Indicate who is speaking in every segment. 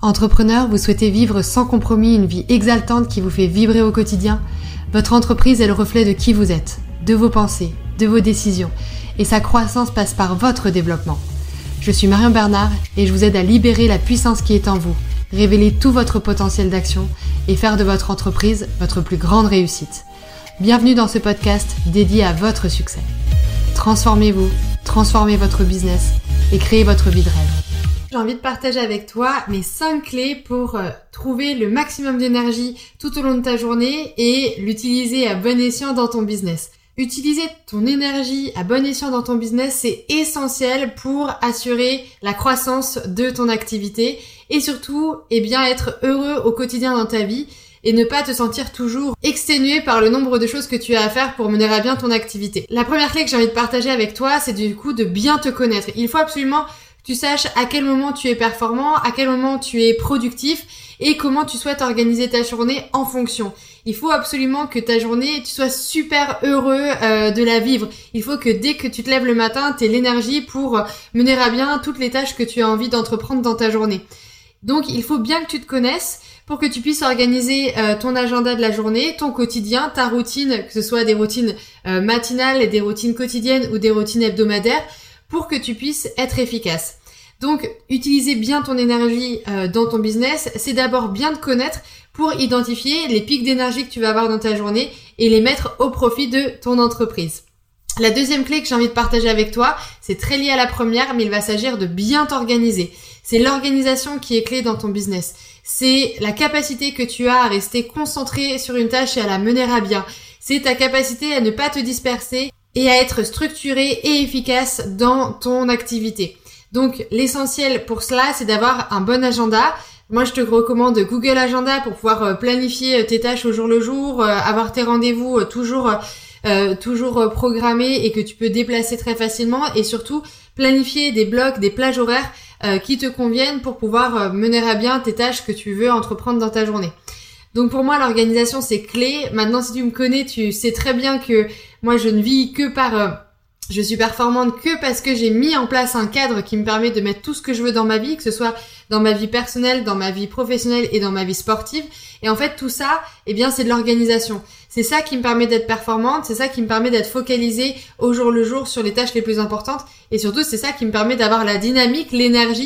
Speaker 1: Entrepreneur, vous souhaitez vivre sans compromis une vie exaltante qui vous fait vibrer au quotidien? Votre entreprise est le reflet de qui vous êtes, de vos pensées, de vos décisions, et sa croissance passe par votre développement. Je suis Marion Bernard et je vous aide à libérer la puissance qui est en vous, révéler tout votre potentiel d'action et faire de votre entreprise votre plus grande réussite. Bienvenue dans ce podcast dédié à votre succès. Transformez-vous, transformez votre business et créez votre vie de rêve. J'ai envie de partager avec toi mes 5 clés pour trouver le maximum d'énergie tout au long de ta journée et l'utiliser à bon escient dans ton business. Utiliser ton énergie à bon escient dans ton business, c'est essentiel pour assurer la croissance de ton activité et surtout, être heureux au quotidien dans ta vie et ne pas te sentir toujours exténué par le nombre de choses que tu as à faire pour mener à bien ton activité. La première clé que j'ai envie de partager avec toi, c'est du coup de bien te connaître. Il faut absolument que tu saches à quel moment tu es performant, à quel moment tu es productif et comment tu souhaites organiser ta journée en fonction. Il faut absolument que ta journée, tu sois super heureux de la vivre. Il faut que dès que tu te lèves le matin, tu aies l'énergie pour mener à bien toutes les tâches que tu as envie d'entreprendre dans ta journée. Donc, il faut bien que tu te connaisses pour que tu puisses organiser ton agenda de la journée, ton quotidien, ta routine, que ce soit des routines matinales, des routines quotidiennes ou des routines hebdomadaires, pour que tu puisses être efficace. Donc, utiliser bien ton énergie dans ton business, c'est d'abord bien te connaître pour identifier les pics d'énergie que tu vas avoir dans ta journée et les mettre au profit de ton entreprise. La deuxième clé que j'ai envie de partager avec toi, c'est très lié à la première, mais il va s'agir de bien t'organiser. C'est l'organisation qui est clé dans ton business. C'est la capacité que tu as à rester concentré sur une tâche et à la mener à bien. C'est ta capacité à ne pas te disperser et à être structuré et efficace dans ton activité. Donc, l'essentiel pour cela, c'est d'avoir un bon agenda. Moi, je te recommande Google Agenda pour pouvoir planifier tes tâches au jour le jour, avoir tes rendez-vous toujours programmés et que tu peux déplacer très facilement et surtout planifier des blocs, des plages horaires qui te conviennent pour pouvoir mener à bien tes tâches que tu veux entreprendre dans ta journée. Donc pour moi, l'organisation, c'est clé. Maintenant, si tu me connais, tu sais très bien que moi, je ne vis que je suis performante que parce que j'ai mis en place un cadre qui me permet de mettre tout ce que je veux dans ma vie, que ce soit dans ma vie personnelle, dans ma vie professionnelle et dans ma vie sportive. Et en fait, tout ça, c'est de l'organisation. C'est ça qui me permet d'être performante, c'est ça qui me permet d'être focalisée au jour le jour sur les tâches les plus importantes. Et surtout, c'est ça qui me permet d'avoir la dynamique, l'énergie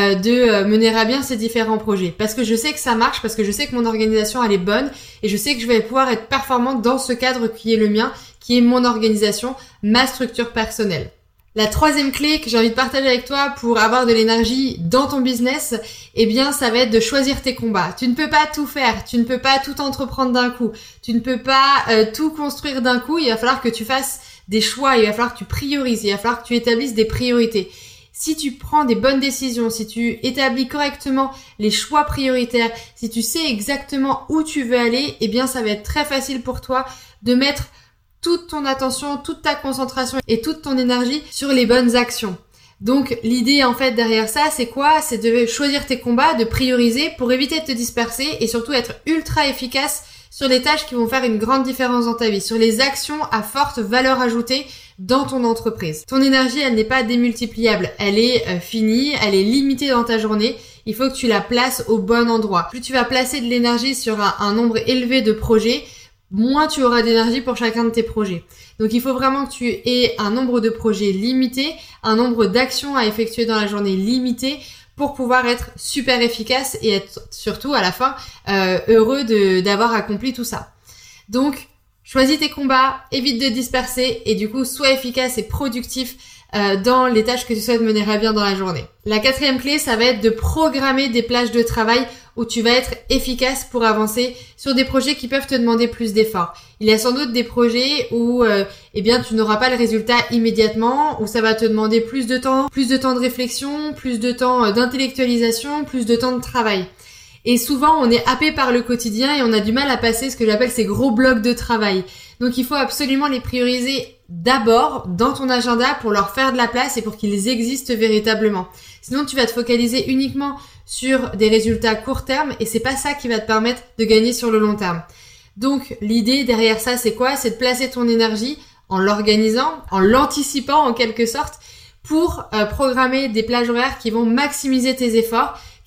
Speaker 1: de mener à bien ces différents projets. Parce que je sais que ça marche, parce que je sais que mon organisation, elle est bonne et je sais que je vais pouvoir être performante dans ce cadre qui est le mien, qui est mon organisation, ma structure personnelle. La troisième clé que j'ai envie de partager avec toi pour avoir de l'énergie dans ton business, ça va être de choisir tes combats. Tu ne peux pas tout faire, tu ne peux pas tout entreprendre d'un coup, tu ne peux pas tout construire d'un coup, il va falloir que tu fasses des choix, il va falloir que tu priorises, il va falloir que tu établisses des priorités. Si tu prends des bonnes décisions, si tu établis correctement les choix prioritaires, si tu sais exactement où tu veux aller, ça va être très facile pour toi de mettre toute ton attention, toute ta concentration et toute ton énergie sur les bonnes actions. Donc l'idée derrière ça, c'est quoi? C'est de choisir tes combats, de prioriser pour éviter de te disperser et surtout être ultra efficace sur les tâches qui vont faire une grande différence dans ta vie, sur les actions à forte valeur ajoutée dans ton entreprise. Ton énergie, elle n'est pas démultipliable, elle est finie, elle est limitée dans ta journée. Il faut que tu la places au bon endroit. Plus tu vas placer de l'énergie sur un nombre élevé de projets, moins tu auras d'énergie pour chacun de tes projets. Donc il faut vraiment que tu aies un nombre de projets limité, un nombre d'actions à effectuer dans la journée limité pour pouvoir être super efficace et être surtout à la fin heureux d'avoir accompli tout ça. Donc choisis tes combats, évite de disperser et du coup sois efficace et productif dans les tâches que tu souhaites mener à bien dans la journée. La quatrième clé, ça va être de programmer des plages de travail où tu vas être efficace pour avancer sur des projets qui peuvent te demander plus d'efforts. Il y a sans doute des projets où tu n'auras pas le résultat immédiatement, où ça va te demander plus de temps de réflexion, plus de temps d'intellectualisation, plus de temps de travail. Et souvent, on est happé par le quotidien et on a du mal à passer ce que j'appelle ces gros blocs de travail. Donc, il faut absolument les prioriser d'abord dans ton agenda pour leur faire de la place et pour qu'ils existent véritablement. Sinon, tu vas te focaliser uniquement sur des résultats court terme et c'est pas ça qui va te permettre de gagner sur le long terme. Donc, l'idée derrière ça, c'est quoi? C'est de placer ton énergie en l'organisant, en l'anticipant en quelque sorte pour programmer des plages horaires qui vont maximiser tes efforts,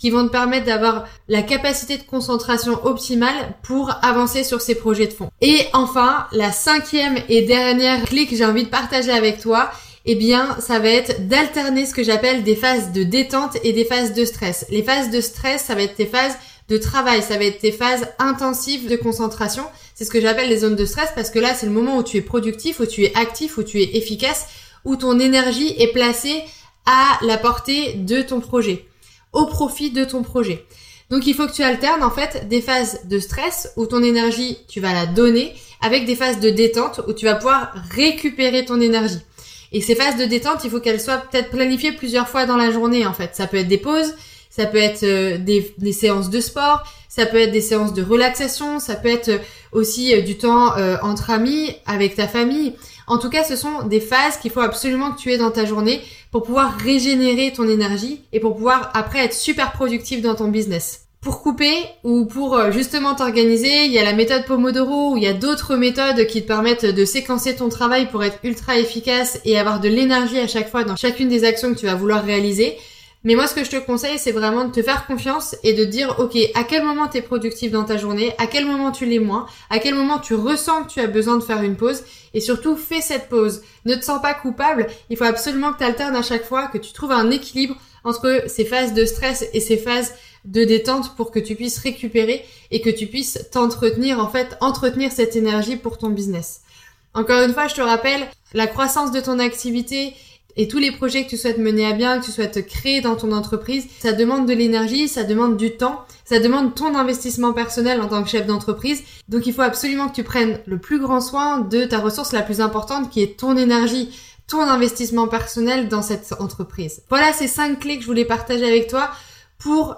Speaker 1: qui vont te permettre d'avoir la capacité de concentration optimale pour avancer sur ces projets de fond. Et enfin, la 5e et dernière clé que j'ai envie de partager avec toi, eh bien, ça va être d'alterner ce que j'appelle des phases de détente et des phases de stress. Les phases de stress, ça va être tes phases de travail, ça va être tes phases intensives de concentration. C'est ce que j'appelle les zones de stress parce que là, c'est le moment où tu es productif, où tu es actif, où tu es efficace, où ton énergie est placée à la portée de ton projet, au profit de ton projet. Donc, il faut que tu alternes en fait des phases de stress où ton énergie, tu vas la donner avec des phases de détente où tu vas pouvoir récupérer ton énergie. Et ces phases de détente, il faut qu'elles soient peut-être planifiées plusieurs fois dans la journée en fait. Ça peut être des pauses, ça peut être des séances de sport, ça peut être des séances de relaxation, ça peut être aussi du temps entre amis, avec ta famille. En tout cas, ce sont des phases qu'il faut absolument que tu aies dans ta journée pour pouvoir régénérer ton énergie et pour pouvoir après être super productif dans ton business. Pour couper ou pour justement t'organiser, il y a la méthode Pomodoro ou il y a d'autres méthodes qui te permettent de séquencer ton travail pour être ultra efficace et avoir de l'énergie à chaque fois dans chacune des actions que tu vas vouloir réaliser. Mais moi, ce que je te conseille, c'est vraiment de te faire confiance et de dire, ok, à quel moment tu es productif dans ta journée, à quel moment tu l'es moins, à quel moment tu ressens que tu as besoin de faire une pause et surtout, fais cette pause. Ne te sens pas coupable, il faut absolument que tu alternes à chaque fois, que tu trouves un équilibre entre ces phases de stress et ces phases de détente pour que tu puisses récupérer et que tu puisses t'entretenir, en fait, entretenir cette énergie pour ton business. Encore une fois, je te rappelle, la croissance de ton activité et tous les projets que tu souhaites mener à bien, que tu souhaites créer dans ton entreprise, ça demande de l'énergie, ça demande du temps, ça demande ton investissement personnel en tant que chef d'entreprise. Donc il faut absolument que tu prennes le plus grand soin de ta ressource la plus importante qui est ton énergie, ton investissement personnel dans cette entreprise. Voilà ces 5 clés que je voulais partager avec toi pour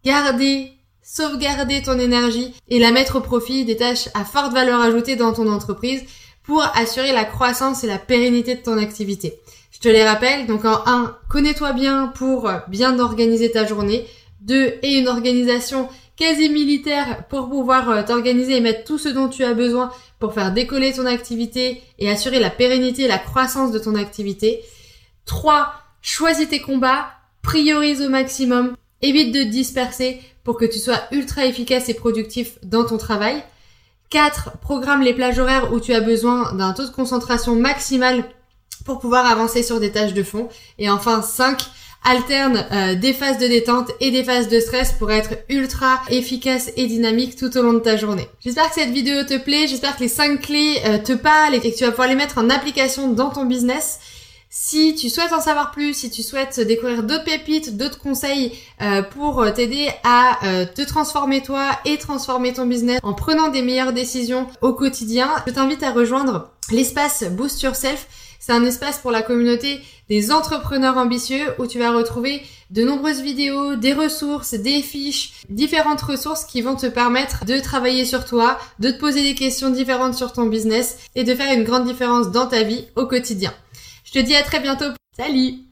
Speaker 1: sauvegarder ton énergie et la mettre au profit des tâches à forte valeur ajoutée dans ton entreprise pour assurer la croissance et la pérennité de ton activité. Je te les rappelle, donc en 1, connais-toi bien pour bien organiser ta journée. 2, aie une organisation quasi militaire pour pouvoir t'organiser et mettre tout ce dont tu as besoin pour faire décoller ton activité et assurer la pérennité et la croissance de ton activité. 3, choisis tes combats, priorise au maximum, évite de te disperser pour que tu sois ultra efficace et productif dans ton travail. 4, programme les plages horaires où tu as besoin d'un taux de concentration maximal pour pouvoir avancer sur des tâches de fond. Et enfin 5, alterne des phases de détente et des phases de stress pour être ultra efficace et dynamique tout au long de ta journée. J'espère que cette vidéo te plaît, j'espère que les 5 clés te parlent et que tu vas pouvoir les mettre en application dans ton business. Si tu souhaites en savoir plus, si tu souhaites découvrir d'autres pépites, d'autres conseils pour t'aider à te transformer toi et transformer ton business en prenant des meilleures décisions au quotidien, je t'invite à rejoindre l'espace Boost Yourself. C'est un espace pour la communauté des entrepreneurs ambitieux où tu vas retrouver de nombreuses vidéos, des ressources, des fiches, différentes ressources qui vont te permettre de travailler sur toi, de te poser des questions différentes sur ton business et de faire une grande différence dans ta vie au quotidien. Je te dis à très bientôt. Salut!